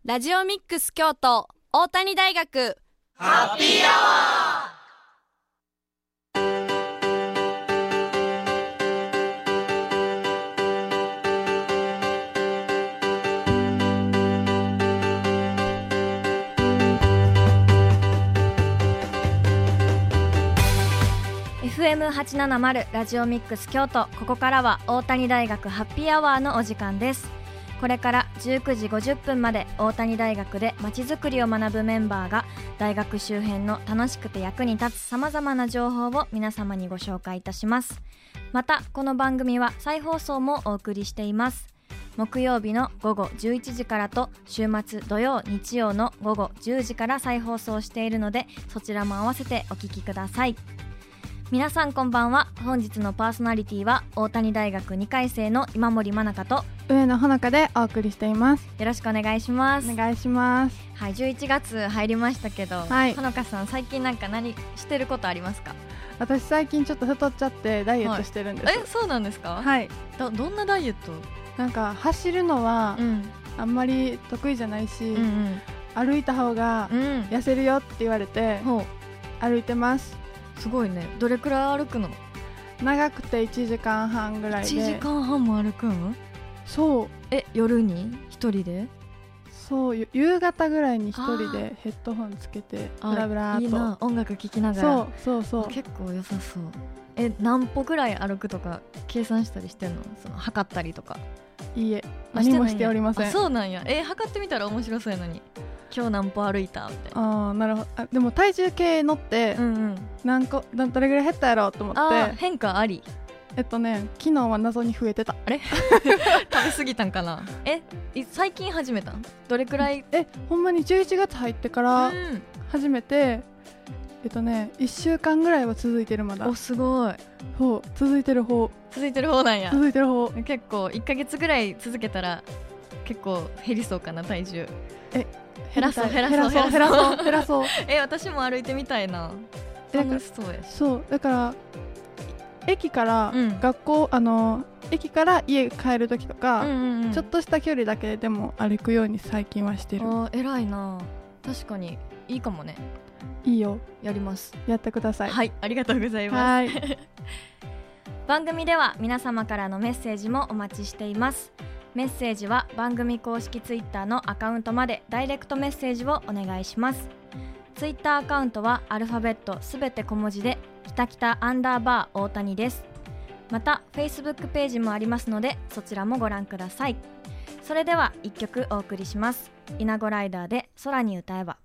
ラジオミックス京都大谷大学ハッピーアワー。 FM870 ラジオミックス京都、ここからは大谷大学ハッピーアワーのお時間です。これから19時50分まで大谷大学でまちづくりを学ぶメンバーが大学周辺の楽しくて役に立つさまざまな情報を皆様にご紹介いたします。またこの番組は再放送もお送りしています。木曜日の午後11時からと週末土曜日曜の午後10時から再放送しているので、そちらも合わせてお聞きください。皆さんこんばんは。本日のパーソナリティは大谷大学2回生の今森真中と上野ほのかでお送りしています。 よろしくお願いします。 お願いします。 はい、11月入りましたけど、 はい、 ほのかさん最近なんか何してることありますか？ 私最近ちょっと太っちゃってダイエットしてるんです、 はい、そうなんですか？ はい。 どんなダイエット？ なんか走るのはあんまり得意じゃないし、歩いた方が痩せるよって言われて、歩いてます。 すごいね。どれくらい歩くの？ 長くて1時間半ぐらいで。 1時間半も歩くん？ そう。 夜に一人で？ そう、夕方ぐらいに一人でヘッドホンつけてブラブラーと。 いいな、音楽聴きながら。 そう結構良さそう。何歩くらい歩くとか計算したりしてんの？測ったりとか。 いいえ、何もしておりません。 そうなんや。測ってみたら面白そうやのに。今日何歩歩いたみたいな。なるほど。でも体重計乗って、どれぐらい減ったやろうと思って。 変化あり？ 昨日は謎に増えてた。 あれ食べ過ぎたんかな。最近始めたん？どれくらい？ ほんまに11月入ってから始めて、1週間ぐらいは続いてる。まだ。 お、すごい。 続いてる方なんや。続いてる方。 結構1ヶ月ぐらい続けたら結構減りそうかな、体重。減らそう私も歩いてみたいな。楽しそうやし。 そうだから駅から学校、駅から家帰る時とか、ちょっとした距離だけでも歩くように最近はしてる。 偉いな。確かにいいかもね。 いいよ、 やります。 やってください。 はい、ありがとうございます。番組では皆様からのメッセージもお待ちしています。メッセージは番組公式ツイッターのアカウントまでダイレクトメッセージをお願いします。ツイッターアカウントはアルファベットすべて小文字で北北_大谷です。また Facebook ページもありますのでそちらもご覧ください。それでは1曲お送りします。イナゴライダーで空に歌えば。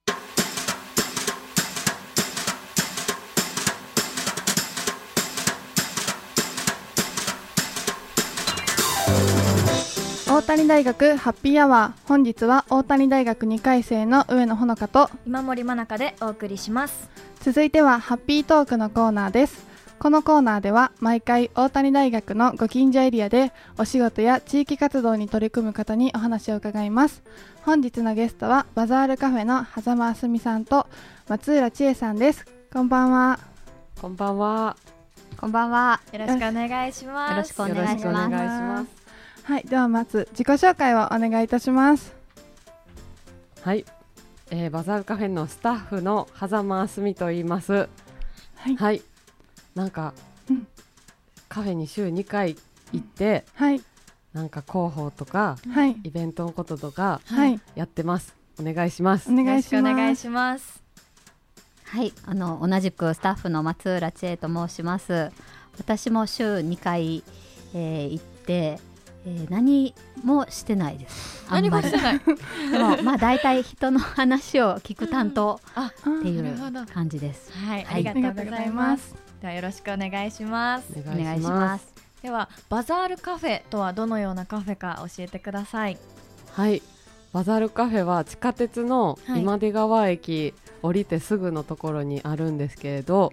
大谷大学ハッピーアワー。本日は大谷大学2回生の上野ほのかと今森真中でお送りします。 続いてはハッピートークのコーナーです。このコーナーでは毎回大谷大学のご近所エリアでお仕事や地域活動に取り組む方にお話を伺います。本日のゲストはバザールカフェの狭間あすみさんと松浦千恵さんです。こんばんは。 こんばんは。 こんばんは。よろしくお願いします。 よろしくお願いします。 はい、ではまず自己紹介をお願いいたします。 はい、バザールカフェのスタッフの狭間あすみと言います。はい、なんか、カフェに週2回行って、なんか広報とか、イベントのこととか、やってます。お願いします。 お願いします。 はい、同じくスタッフの松浦千恵と申します。私も週2回、行って何もしてないです。 何もしてない。 でもまあだいたい人の話を聞く担当っていう感じです。 はい、ありがとうございます。ではよろしくお願いします。 お願いします。 ではバザールカフェとはどのようなカフェか教えてください。 はい、バザールカフェは地下鉄の今出川駅降りてすぐのところにあるんですけれど、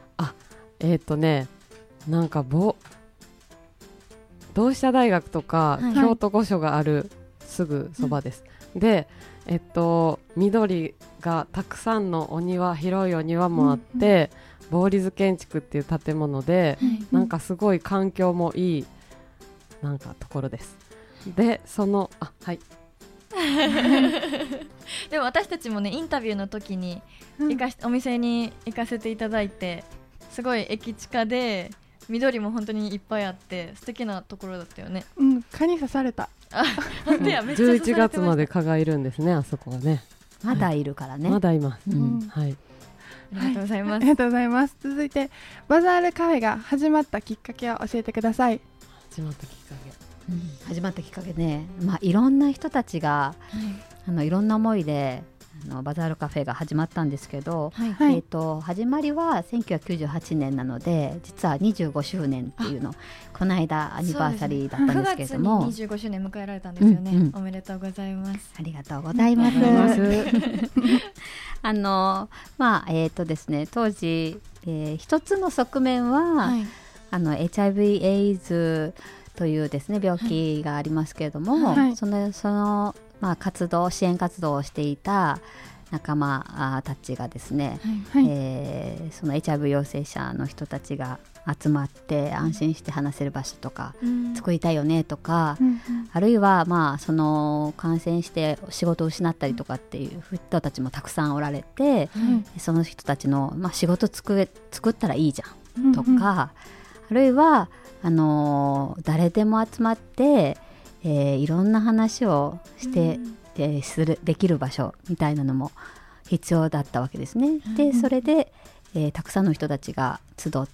なんか同志社大学とか、京都御所があるすぐそばです。で、緑がたくさんのお庭、広いお庭もあって、ボーリズ建築っていう建物で、なんかすごい環境もいいなんかところです。で、はいでも私たちもねインタビューの時にお店に行かせていただいて、すごい駅近で緑も本当にいっぱいあって素敵なところだったよね。 蚊に刺された。 本当や、めっちゃ刺されて 11 ました。 月まで蚊がいるんですね、あそこはね。 まだいるからね。 まだいます、はい。 ありがとうございます。 ありがとうございます。続いてバザールカフェが始まったきっかけを教えてください。 始まったきっかけ、 始まったきっかけね、いろんな人たちが、いろんな思いでバザールカフェが始まったんですけど、始まりは1998年なので、実は25周年っていうのこの間アニバーサリーだったんですけれども、 9月に25周年迎えられたんですよね、おめでとうございます。 ありがとうございます。ですね、当時、一つの側面は、HIV エイズというですね病気がありますけれども、その支援活動をしていた仲間たちがですね、その HIV 陽性者の人たちが集まって安心して話せる場所とか作りたいよねとか、あるいはその感染して仕事を失ったりとかっていう人たちもたくさんおられて、その人たちの、仕事作ったらいいじゃんとか、あるいは誰でも集まっていろんな話をしてできる場所みたいなのも必要だったわけですね。でそれで、たくさんの人たちが集って、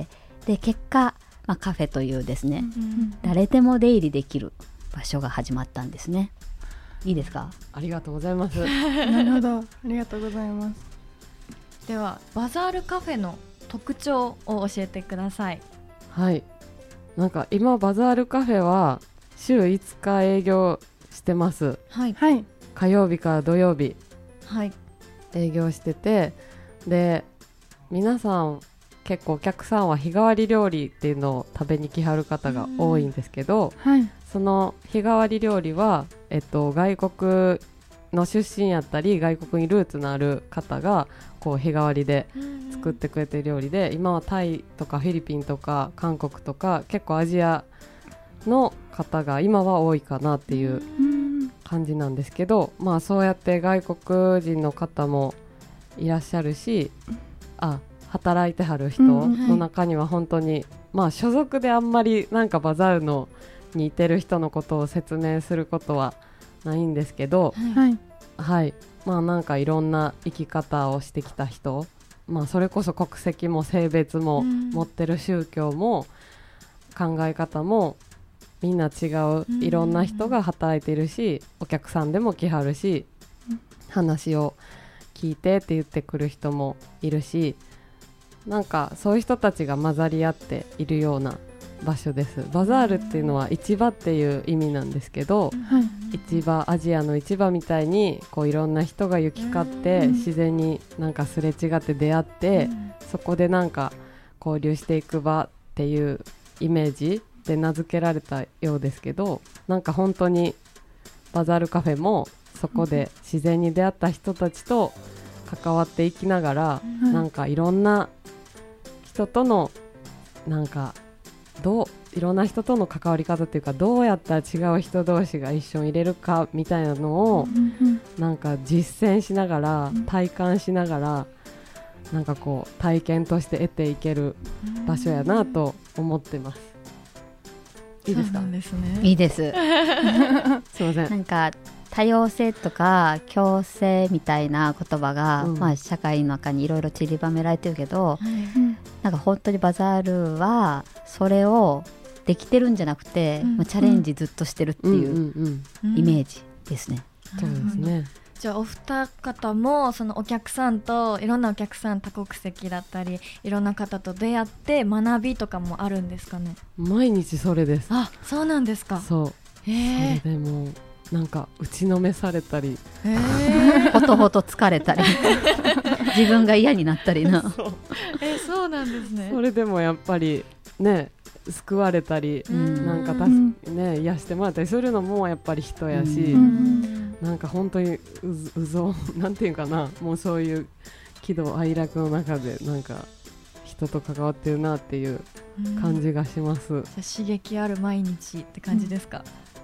で結果、カフェというですね、誰でも出入りできる場所が始まったんですね。いいですか？ ありがとうございます。 なるほど、ありがとうございます。 ではバザールカフェの特徴を教えてください。 はい、なんか今バザールカフェは週5日営業してます。火曜日から土曜日、営業してて、で皆さん結構お客さんは日替わり料理っていうのを食べに来はる方が多いんですけど、その日替わり料理は、外国の出身やったり外国にルーツのある方がこう日替わりで作ってくれてる料理で、今はタイとかフィリピンとか韓国とか結構アジアの方が今は多いかなっていう感じなんですけど、そうやって外国人の方もいらっしゃるし、働いてはる人の中には本当に、所属であんまりなんかバザールのにいてる人のことを説明することはないんですけど、なんかいろんな生き方をしてきた人、それこそ国籍も性別も持ってる宗教も考え方もみんな違う、いろんな人が働いているし、お客さんでも来はるし、話を聞いてって言ってくる人もいるし、なんかそういう人たちが混ざり合っているような場所です。バザールっていうのは市場っていう意味なんですけど、市場、アジアの市場みたいにこういろんな人が行き交って自然になんかすれ違って出会って、そこでなんか交流していく場っていうイメージで名付けられたようですけど、なんか本当にバザールカフェもそこで自然に出会った人たちと関わっていきながら、なんかいろんな人とのなんかいろんな人との関わり方っていうか、どうやったら違う人同士が一緒にいれるかみたいなのをなんか実践しながら、体感しながら、なんかこう体験として得ていける場所やなと思ってます。いいですか？ そうなんですね。 いいです。 すいません。 なんか多様性とか共生みたいな言葉が、社会の中にいろいろ散りばめられてるけど、なんか本当にバザールはそれをできてるんじゃなくて、チャレンジずっとしてるっていうイメージですね。 そうですね。 じゃあお二方もそのお客さんといろんなお客さん、多国籍だったりいろんな方と出会って学びとかもあるんですかね？ 毎日それです。 そうなんですか。 そう、それでもなんか打ちのめされたり、 ほとほと疲れたり自分が嫌になったりな。 そうなんですね。 それでもやっぱりね、救われたり、なんか癒してもらったりするのもやっぱり人やし、なんか本当になんていうかな、もうそういう喜怒哀楽の中でなんか人と関わってるなっていう感じがします。 刺激ある毎日って感じですか？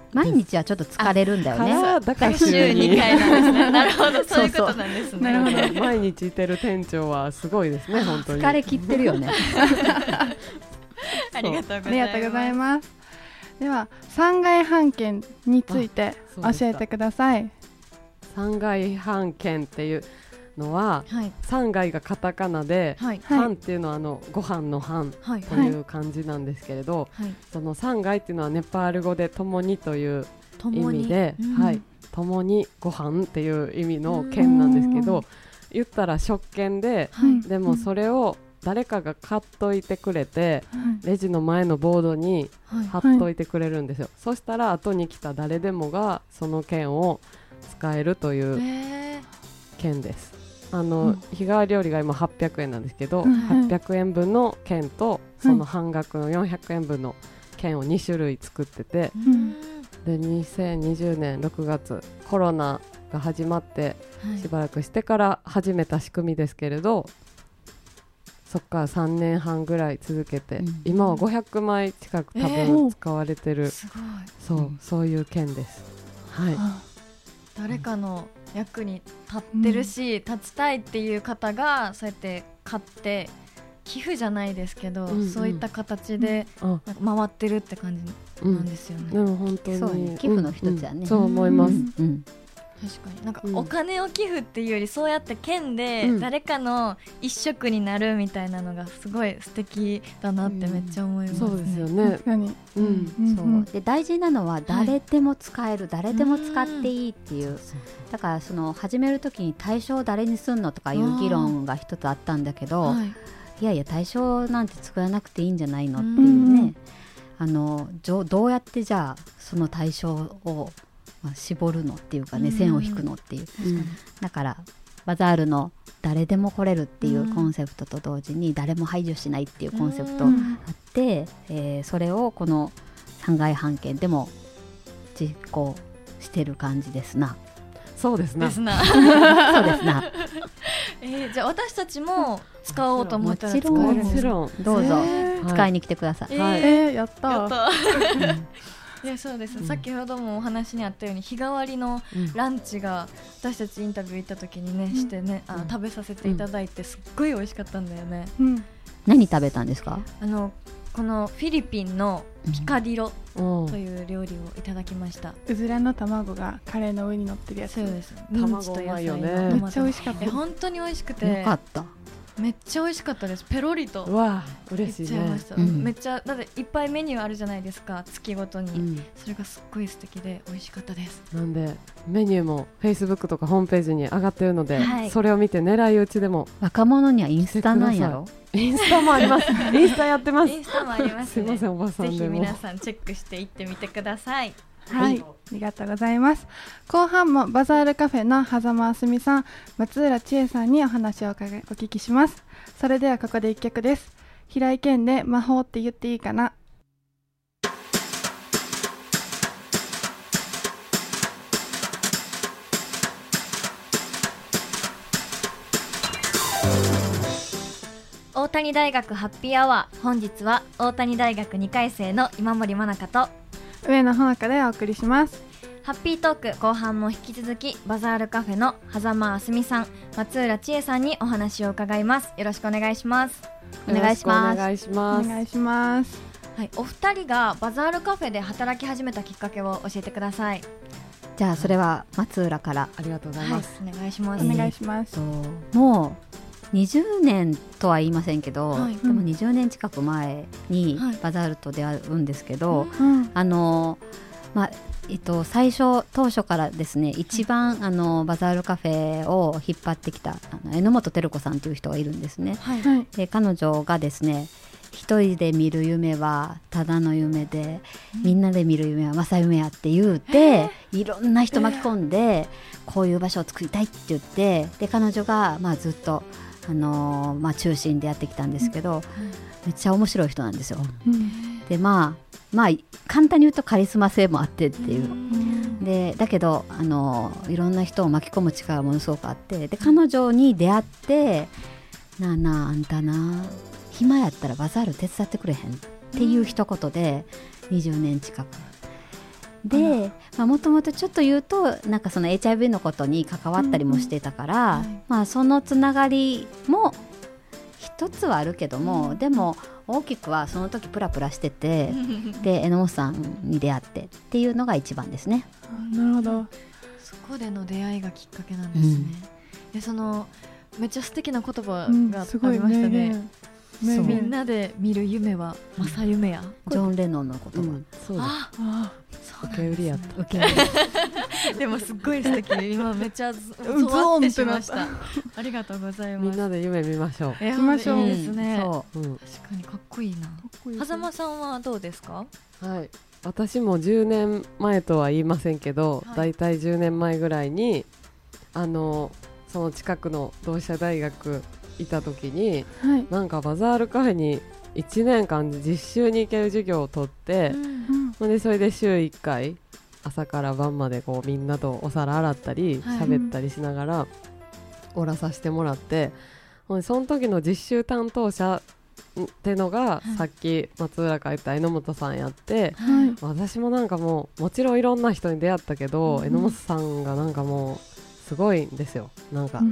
毎日はちょっと疲れるんだよね。 だから週2回なんですね。なるほど、そういうことなんですね。 なるほど。 毎日いてる店長はすごいですね、本当に。 疲れ切ってるよね。 ありがとうございます。 ありがとうございます。では3階半券について教えてください。 3階半券っていうのは、 はい、 3階がカタカナで、 はい、 半っていうのはご飯の飯という漢字なんですけれど、 はい、 その3階っていうのはネパール語で共にという意味で、 うん、 はい、共にご飯っていう意味の券なんですけど、言ったら食券で、でもそれを誰かが買っといてくれて、レジの前のボードに貼っといてくれるんですよ。そしたら後に来た誰でもがその券を使えるという券です。日替わり料理が今800円なんですけど、800円分の券とその半額の400円分の券を2種類作ってて、で2020年6月コロナが始まってしばらくしてから始めた仕組みですけれど、そっから3年半ぐらい続けて、今は500枚近く多分使われてる、 すごい、 そういう券です。はい、 誰かの役に立ってるし、立ちたいっていう方がそうやって買って寄付じゃないですけど、そういった形でなんか回ってるって感じなんですよね。 でも本当にそうね、寄付の一つやね。 そう思います。 確かになんかお金を寄付っていうより、そうやって券で誰かの一食になるみたいなのがすごい素敵だなってめっちゃ思いますね。 そうですよね。 確かに。 そうで大事なのは誰でも使える、誰でも使っていいっていう。だからその始めるときに対象を誰にすんのとかいう議論が一つあったんだけど、いやいや対象なんて作らなくていいんじゃないのっていうね。どうやってじゃあその対象を絞るのっていうかね、線を引くのっていう、だからバザールの誰でも来れるっていうコンセプトと同時に誰も排除しないっていうコンセプトあって、それをこの3階半券でも実行してる感じですな。 そうですな。 そうですな。 じゃあ私たちも使おうと思ったら使えるんですか？ もちろんどうぞ使いに来てください。 やったいやそうです、先ほどもお話にあったように日替わりのランチが私たちインタビュー行った時にね、してね、食べさせていただいてすっごい美味しかったんだよね。 何食べたんですか？ このフィリピンのピカディロという料理をいただきました。 うずらの卵がカレーの上に乗ってるやつ。 そうです。 卵うまいよね。 めっちゃ美味しかった。 本当に美味しくてよかった。 めっちゃ美味しかったです。ペロリと。 わあ嬉しいね。 めっちゃだっていっぱいメニューあるじゃないですか、月ごとに、それがすっごい素敵で美味しかったです。 なんでメニューも Facebook とかホームページに上がってるので、それを見て狙い撃ちでも。 若者にはインスタなんやろ。 インスタもあります。インスタやってます。 インスタもありますね。 すいませんおばさんでも。 ぜひ皆さんチェックしていってみてください。 はい、ありがとうございます。後半もバザールカフェの狭間あすみさん、松浦千恵さんにお話をお聞きします。それではここで1曲です。平井堅で魔法って言っていいかな。 大谷大学ハッピーアワー、本日は大谷大学2回生の今森真中と上野穂香でお送りします。 ハッピートーク後半も引き続きバザールカフェの狭間あすみさん、松浦千恵さんにお話を伺います。よろしくお願いします。 お願いします。 お願いします。 お願いします。 はい、お二人がバザールカフェで働き始めたきっかけを教えてください。 じゃあそれは松浦から。 ありがとうございます。 お願いします。 お願いします。 もう20年とは言いませんけど、でも20年近く前にバザールと出会うんですけど、最初当初からですね、一番バザールカフェを引っ張ってきた榎本照子さんという人がいるんですね。で彼女がですね、一人で見る夢はただの夢で、みんなで見る夢は正夢やって言うて、いろんな人巻き込んで、こういう場所を作りたいって言って、で彼女がずっと中心でやってきたんですけど、めっちゃ面白い人なんですよ。で簡単に言うとカリスマ性もあってっていう、でだけどいろんな人を巻き込む力がものすごくあって、で彼女に出会って、なあなああんたな、暇やったらバザール手伝ってくれへんっていう一言で20年近くでもともとちょっと言うとなんかその HIV のことに関わったりもしてたから、まあ、そのつながりも一つはあるけども、でも大きくはその時プラプラしててで榎本さんに出会ってっていうのが一番ですね。 なるほど。 そこでの出会いがきっかけなんですね。でそのめっちゃ素敵な言葉がありましたね。みんなで見る夢は正夢や。 ジョン・レノンの言葉。 そうだ。受け売りやった。受け売り。でもすっごい素敵。今めっちゃゾワってしました。ありがとうございます。 みんなで夢見ましょう。 見ましょうですね。 そう。 確かにかっこいいな。狭間さんはどうですか？ はい。私も10年前とは言いませんけど、だいたい10年前ぐらいにその近くの同志社大学いた時に、なんかバザールカフェに1年間実習に行ける授業を取って、でそれで週1回朝から晩までこうみんなとお皿洗ったり喋ったりしながらおらさせてもらって、その時の実習担当者ってのが、さっき松浦が言った榎本さんやって、私もなんかもちろんいろんな人に出会ったけど、榎本さんがなんかもうすごいんですよ。なんか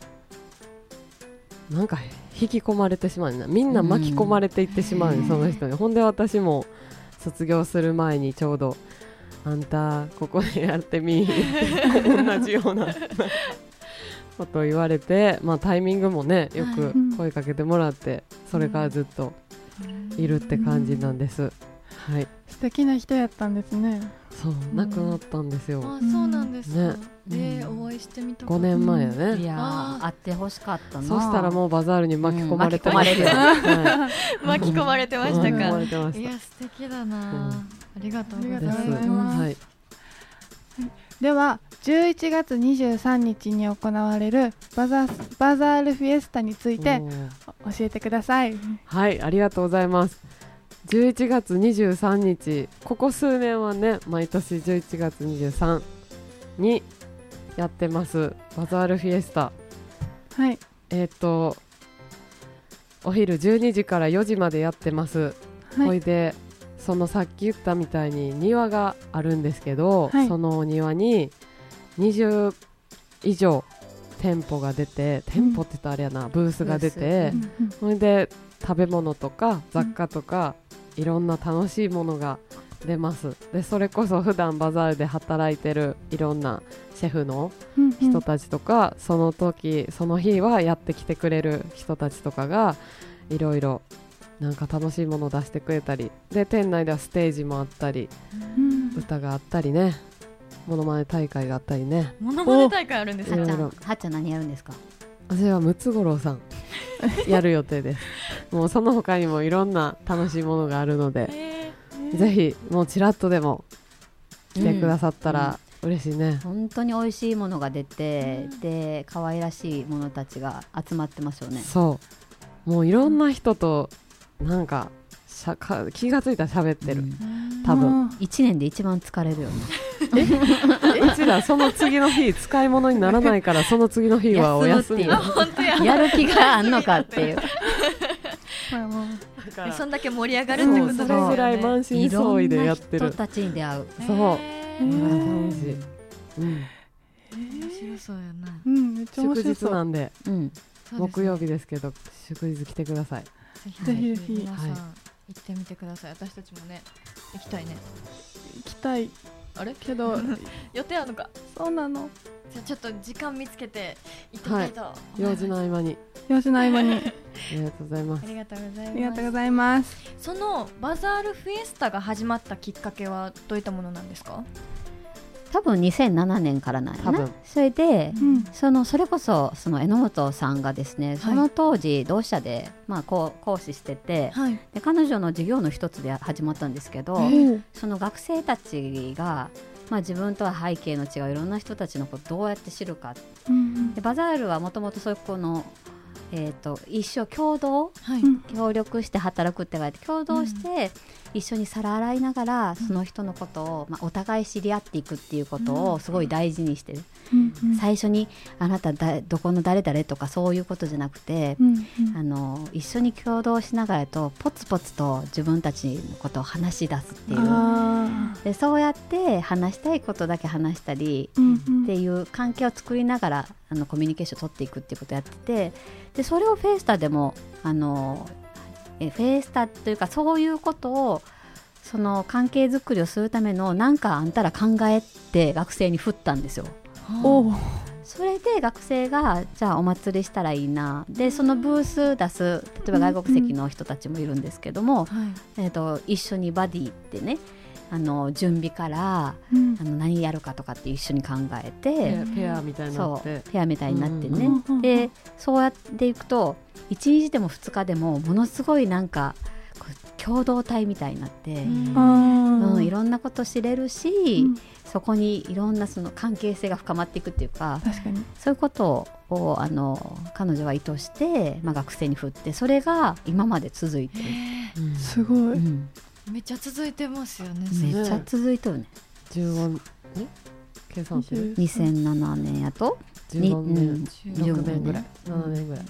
引き込まれてしまうね。みんな巻き込まれていってしまうね、その人に。ほんで私も卒業する前にちょうどあんたここでやってみ同じようなことを言われて、タイミングもねよく声かけてもらって、それからずっといるって感じなんです。はい、 素敵な人やったんですね。 そう亡くなったんですよ。 そうなんですか。お会いしてみたかった。 5年前やね。 いや会ってほしかったな。 そしたらもうバザールに巻き込まれて巻き込まれてましたか。いや素敵だな。ありがとうございます。 では11月23日に行われるバザールフィエスタについて教えてください。 はい、ありがとうございます。11月23日、ここ数年はね毎年11月23にやってますバザールフィエスタ。 はい。 お昼12時から4時までやってます。 はい、 ほいでそのさっき言ったみたいに庭があるんですけど、その庭に20以上店舗が出て、店舗って言ったらあれやな、ブースが出て、ほいで食べ物とか雑貨とか、いろんな楽しいものが出ます。でそれこそ普段バザールで働いてるいろんなシェフの人たちとか、その時その日はやってきてくれる人たちとかがいろいろなんか楽しいものを出してくれたりで、店内ではステージもあったり、歌があったりね、モノマネ大会があったりね。 モノマネ大会あるんですか。 はっちゃん何やるんですか。 私はムツゴロウさんやる予定です。もうその他にもいろんな楽しいものがあるので、ぜひもうちらっとでも来てくださったら嬉しいね。 本当に美味しいものが出て、で可愛らしいものたちが集まってますよね。 そう、もういろんな人となんか気がついたら喋ってる、多分 1年で一番疲れるよね。 うちらその次の日使い物にならないからその次の日はお休み。 やる気があんのかっていう。 そんだけ盛り上がるってことですよね。 それぐらい満身創痍でやってる。 いろんな人たちに出会う。 そう。楽しい。 面白そうやな。 めっちゃ面白そう。 祝日なんで、木曜日ですけど祝日来てください。 ぜひぜひ皆さん行ってみてください。私たちもね行きたいね。 行きたい。 あれけど予定あるのか。 そうなの。 じゃあちょっと時間見つけて行ってみたいと思います。 用事の合間に。 用事の合間に。 ありがとうございます。 ありがとうございます。 ありがとうございます。 そのバザールフィエスタが始まったきっかけはどういったものなんですか。 多分2007年からなんやな。それで、それこそその榎本さんがですね、その当時同志社で講師してて、で彼女の授業の一つで始まったんですけど、その学生たちが自分とは背景の違ういろんな人たちのことをどうやって知るか、でバザールはもともとそういうこの一生共同、協力して働くって書いて共同して一緒に皿洗いながらその人のことを、お互い知り合っていくっていうことをすごい大事にしてる、最初にあなたどこの誰々とかそういうことじゃなくて、一緒に共同しながらとポツポツと自分たちのことを話し出すっていうでそうやって話したいことだけ話したりっていう関係を作りながらコミュニケーションを取っていくっていうことをやってて、でそれをフェイスタでもフェイスタというかそういうことをその関係づくりをするためのなんかあんたら考えって学生に振ったんですよ。それで学生がじゃあお祭りしたらいいなでそのブース出す例えば外国籍の人たちもいるんですけども、一緒にバディってね準備から、何やるかとかって一緒に考えてペアみたいになってペアみたいになってね、でそうやっていくと1日でも2日でもものすごいなんか共同体みたいになって、いろんなこと知れるし、そこにいろんなその関係性が深まっていくっていうか、そういうことを彼女は意図して、学生に振ってそれが今まで続いてる。 すごい、 めっちゃ続いてますよね。 めっちゃ続いてるね。 15計算する 2007年やと 15年、16年ぐらい7年ぐらい、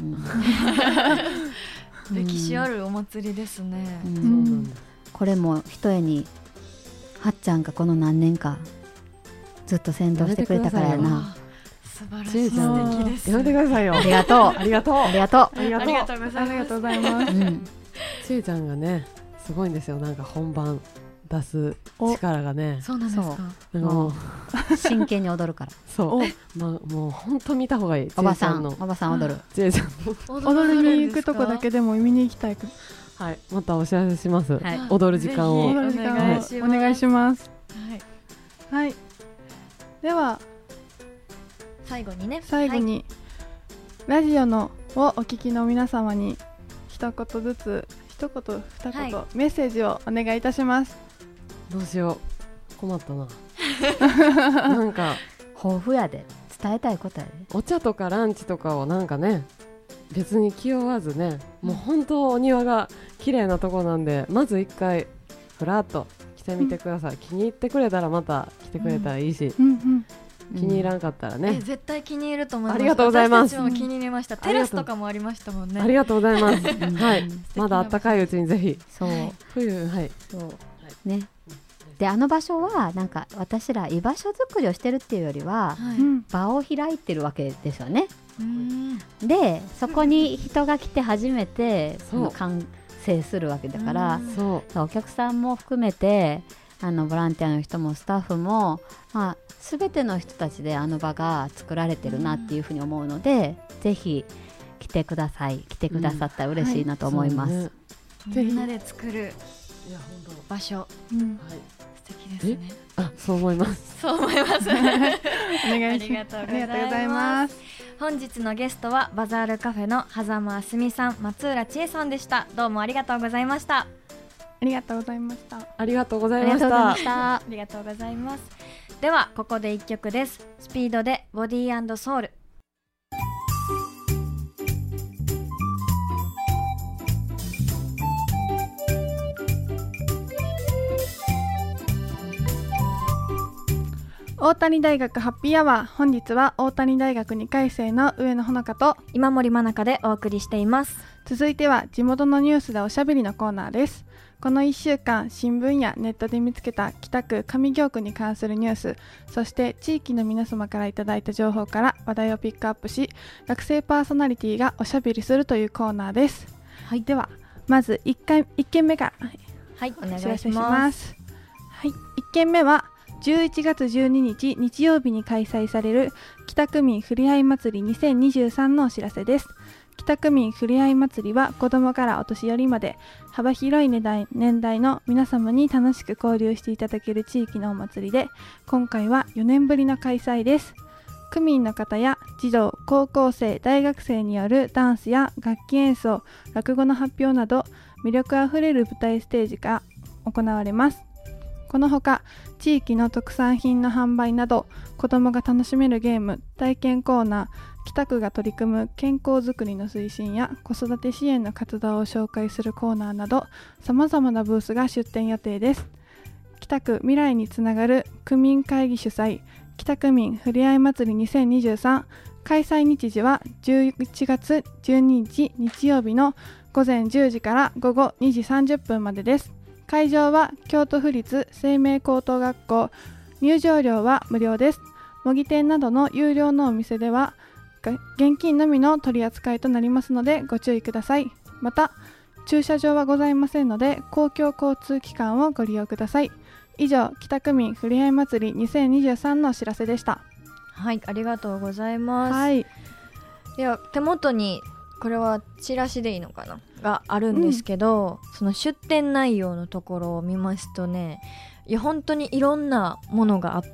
歴史あるお祭りですね。 そうなんです。 これもひとえにはっちゃんがこの何年かずっと先導してくれたからやな。 素晴らしい、素敵です。 やめてくださいよ。 ありがとうありがとうありがとうありがとうございます。 ありがとうございます。 ちえちゃんがねすごいんですよ。なんか本番出す力がね。 そうなんですか。真剣に踊るから。 そう。もう本当見た方がいい。 おばさん踊る。 ちえちゃん踊りに行くとこだけでも見に行きたい。 はい。またお知らせします。踊る時間を。 お願いします。はい。では最後にラジオのをお聞きの皆様に一言ずつ一言二言、メッセージをお願いいたします。 どうしよう、困ったななんか豊富やで、伝えたいことやで。 お茶とかランチとかをなんかね別に気負わずね、もう本当お庭が綺麗なとこなんでまず一回ふらっと来てみてください、気に入ってくれたらまた来てくれたらいいし、気に入らんかったらね、 絶対気に入ると思います。 ありがとうございます。 私たちも気に入りました。テラスとかもありましたもんね。 ありがとうございますはい、まだ暖かいうちにぜひ。 そう、 冬、はい、 そうね。で場所はなんか私ら居場所作りをしてるっていうよりは、場を開いてるわけですよね。でそこに人が来て初めて完成するわけだから、お客さんも含めてボランティアの人もスタッフも、全ての人たちで場が作られてるなっていうふうに思うので、ぜひ来てください。来てくださったら嬉しいなと思います。 みんなで作る場所、素敵ですね。 そう思います。 そう思います。お願いします。ありがとうございます。 本日のゲストはバザールカフェの狭間あすみさん、松浦千恵さんでした。どうもありがとうございました。 ありがとうございました。 ありがとうございました。 ありがとうございます。ではここで一曲です。スピードでボディー&ソウル。 大谷大学ハッピーアワー、本日は大谷大学2回生の上野ほのかと今森真中でお送りしています。 続いては地元のニュースでおしゃべりのコーナーです。この1週間新聞やネットで見つけた北区上京区に関するニュース、そして地域の皆様からいただいた情報から話題をピックアップし、学生パーソナリティがおしゃべりするというコーナーです。ではまず1件目からお願いします。 1件目は11月12日日曜日に開催される北区民ふれあい祭り2023のお知らせです。北区民ふれあい祭りは子どもからお年寄りまで幅広い年代の皆様に楽しく交流していただける地域のお祭りで、今回は4年ぶりの開催です。区民の方や児童、高校生、大学生によるダンスや楽器演奏、落語の発表など魅力あふれる舞台ステージが行われます。このほか地域の特産品の販売など子どもが楽しめるゲーム、体験コーナー、 北区が取り組む健康づくりの推進や子育て支援の活動を紹介するコーナーなどさまざまなブースが出展予定です。北区未来につながる区民会議主催北区民ふれあい祭り2023、開催日時は11月12日日曜日の午前10時から午後2時30分までです。会場は京都府立生命高等学校、入場料は無料です。模擬店などの有料のお店では現金のみの取り扱いとなりますのでご注意ください。また駐車場はございませんので公共交通機関をご利用ください。以上、北区民ふれあい祭り2023のお知らせでした。 はい、ありがとうございます。 はい、 では手元にこれはチラシでいいのかながあるんですけど、その出展内容のところを見ますとね、いや本当にいろんなものがあって、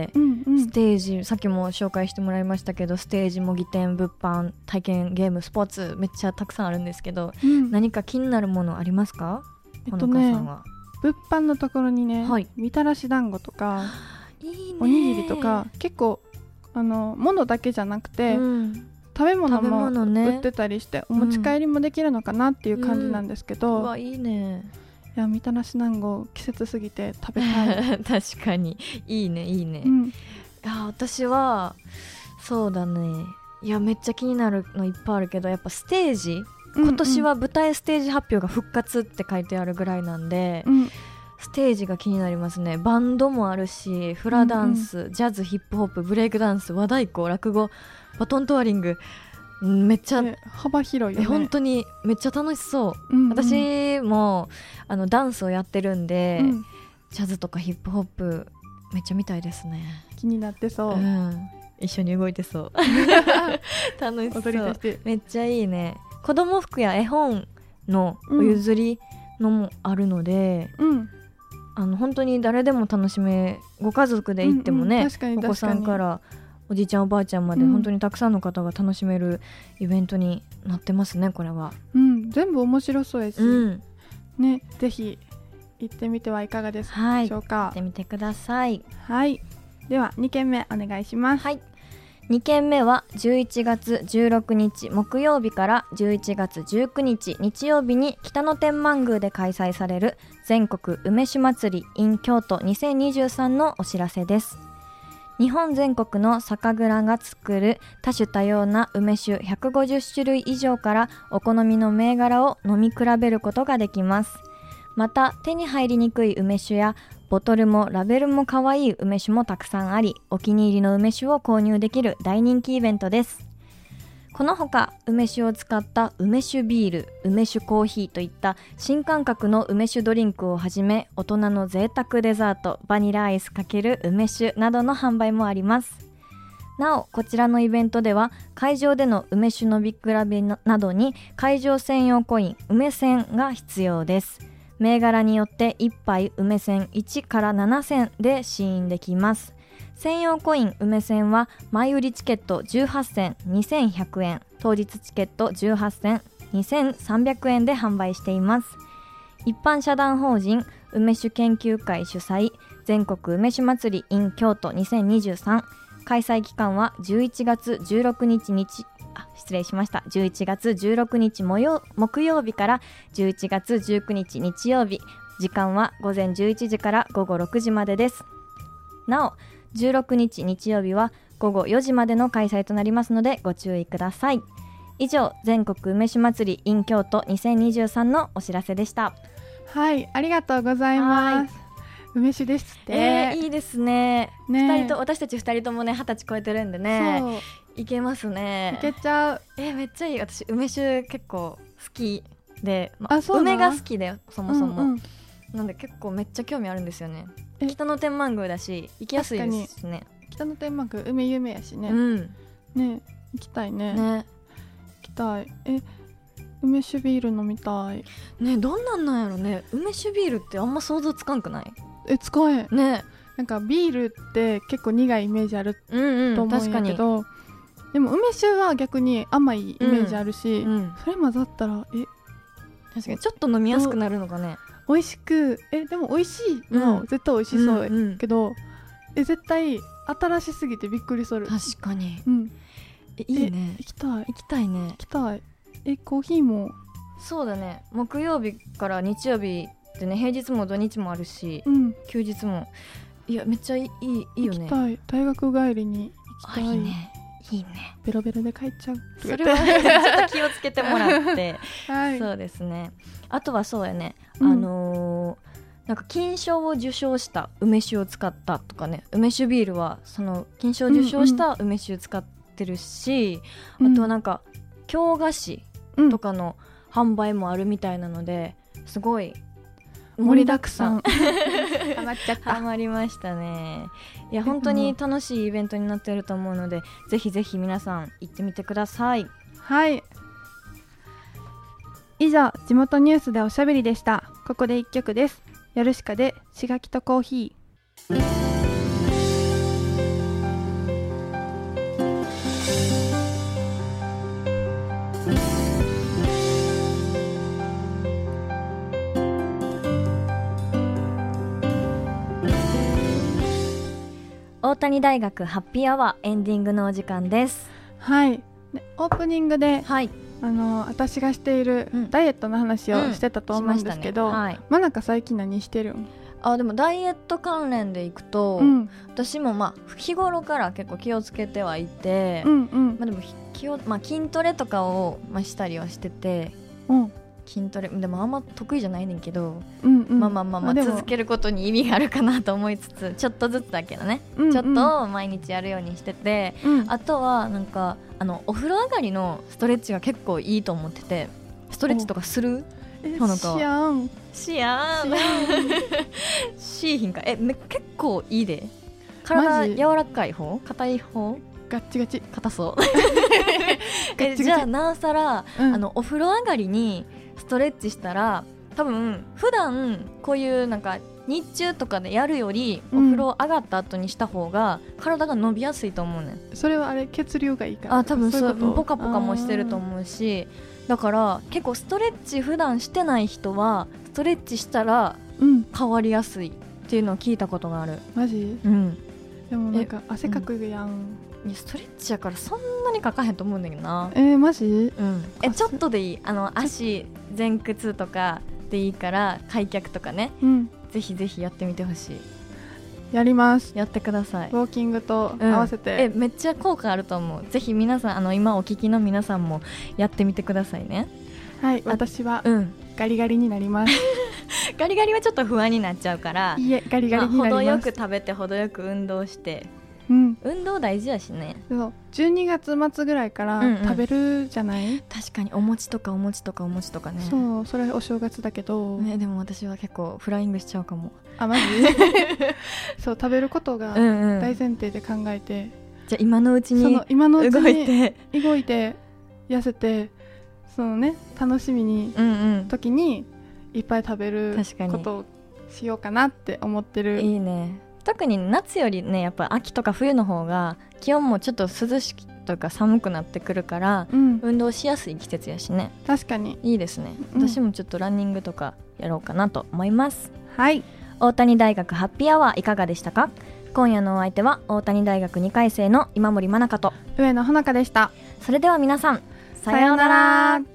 ステージ、さっきも紹介してもらいましたけど、ステージ、模擬店、物販、体験、ゲーム、スポーツ、めっちゃたくさんあるんですけど、何か気になるものありますか？ほのかさんは。 物販のところにね、みたらし団子とかいいね、おにぎりとか結構物だけじゃなくて、食べ物も売ってたりして、お持ち帰りもできるのかなっていう感じなんですけど、 うわいいね。 いやみたらし団子季節すぎて食べたい確かにいいねいいね、いや私はそうだね、いやめっちゃ気になるのいっぱいあるけど、やっぱステージ、今年は舞台ステージ発表が復活って書いてあるぐらいなんで、ステージが気になりますね。バンドもあるし、フラダンス、ジャズ、ヒップホップ、ブレイクダンス、和太鼓、落語、バトントワリング、めっちゃ幅広いよね。 本当にめっちゃ楽しそう、私もダンスをやってるんで、ジャズとかヒップホップめっちゃ見たいですね。 気になってそう、 一緒に動いてそう楽しそう、 踊り出して、 めっちゃいいね。子供服や絵本のお譲りのもあるので、本当に誰でも楽しめ、ご家族で行ってもね、お子さんからおじいちゃんおばあちゃんまで本当にたくさんの方が楽しめるイベントになってますね、これは。 全部面白そうやし、ね、ぜひ行ってみてはいかがですでしょうか。 行ってみてください。 はい、では2件目お願いします。 はい、2件目は11月16日木曜日から11月19日日曜日に北野天満宮で開催される全国梅酒祭り in 京都2023のお知らせです。日本全国の酒蔵が作る多種多様な梅酒150種類以上からお好みの銘柄を飲み比べることができます。また手に入りにくい梅酒やボトルもラベルも可愛い梅酒もたくさんあり、お気に入りの梅酒を購入できる大人気イベントです。このほか梅酒を使った梅酒ビール、梅酒コーヒーといった新感覚の梅酒ドリンクをはじめ、大人の贅沢デザート、バニラアイス×梅酒などの販売もあります。なおこちらのイベントでは会場での梅酒飲み比べなどに会場専用コイン梅銭が必要です。銘柄によって1杯梅銭1から7銭で試飲できます。専用コイン梅銭は前売りチケット18銭2100円、当日チケット18銭2300円で販売しています。一般社団法人梅酒研究会主催全国梅酒祭り in 京都2023、開催期間は11月16日11月16日木曜日から11月19日日曜日、時間は午前11時から午後6時までです。なお16日日曜日は午後4時までの開催となりますのでご注意ください。以上、全国梅酒祭り in 京都2023のお知らせでした。 はい、ありがとうございます。梅酒ですって、 いいですね。私たち2人ともね20歳超えてるんでね、いけますね。 いけちゃう。 めっちゃいい。私梅酒結構好きで、梅が好きでそもそも、なんで結構めっちゃ興味あるんですよね。北野天満宮だし行きやすいですしね。 北野天満宮梅有名やしね、ね、行きたいね。行きたい。梅酒ビール飲みたいね。どんなんなんやろね。梅酒ビールってあんま想像つかんくない？ 使えんね。 なんかビールって結構苦いイメージあると思うんやけど、でも梅酒は逆に甘いイメージあるし、それ混ざったら確かにちょっと飲みやすくなるのかね。 美味しく、でも美味しいの、絶対美味しそうやけど、絶対新しすぎてびっくりする。 確かに。 いいね。 行きたい。 行きたいね。 行きたい。コーヒーも。 そうだね。木曜日から日曜日でね、平日も土日もあるし、休日も。いや、めっちゃいいよね。 行きたい。大学帰りに行きたい。 いいね。いいね。 ベロベロで帰っちゃう。 それはちょっと気をつけてもらって。はい。そうですね。あとはそうやね。なんか金賞を受賞した梅酒を使ったとかね、梅酒ビールはその金賞を受賞した梅酒を使ってるし、あとはなんか京菓子とかの販売もあるみたいなので、すごい盛りだくさんハマっちゃった。 ハマりましたね。いや本当に楽しいイベントになっていると思うので、ぜひぜひ皆さん行ってみてください。 はい、以上地元ニュースでおしゃべりでした。ここで1曲です。ヨルシカでしがきとコーヒー。 大谷大学ハッピーアワーエンディングのお時間です。 はい、オープニングで、 はい、 私がしているダイエットの話をしてたと思うんですけど、まなか最近何してるん？ でもダイエット関連でいくと、私も日頃から結構気をつけてはいて、でも筋トレとかをしたりはしてて、筋トレでもあんま得意じゃないねんけど、続けることに意味があるかなと思いつつ、ちょっとずつだけどね、ちょっと毎日やるようにしてて、あとはなんかお風呂上がりのストレッチが結構いいと思ってて、ストレッチとかする？ しやんしーひんか。結構いいで。体柔らかい方？硬い方？ ガッチガチ。 硬そうじゃあなおさら、お風呂上がりにストレッチしたら、多分普段こういうなんか日中とかでやるより、お風呂上がった後にした方が体が伸びやすいと思うねん。 それは血流がいいから？ 多分そう、ポカポカもしてると思うし、だから結構ストレッチ普段してない人はストレッチしたら変わりやすいっていうのを聞いたことがある。 マジ？でもなんか汗かくやん。 ストレッチやからそんなにかかへんと思うんだけどな。 マジ？ ちょっとでいい。足前屈とかでいいから、開脚とかね、ぜひぜひやってみてほしい。 やります。 やってください。 ウォーキングと合わせて、 めっちゃ効果あると思う。ぜひ皆さん、今お聞きの皆さんもやってみてくださいね。 はい、私はガリガリになりますガリガリはちょっと不安になっちゃうから、 いえ、ガリガリになります。 程よく食べて程よく運動して、運動大事やしね。 そう、12月末ぐらいから食べるじゃない？ 確かにお餅とかね。 そう、それお正月だけど、 でも私は結構フライングしちゃうかも。 マジ？そう、食べることが大前提で考えて、 じゃあ今のうちに動いて痩せて、そのね、楽しみに時にいっぱい食べることをしようかなって思ってる。 いいね。特に夏よりね、やっぱ秋とか冬の方が気温もちょっと涼しくとか寒くなってくるから、運動しやすい季節やしね。 確かにいいですね。私もちょっとランニングとかやろうかなと思います。 はい、 大谷大学ハッピーアワーいかがでしたか？今夜のお相手は大谷大学2回生の今森真中と上野穂香でした。 それでは皆さん、 さようなら。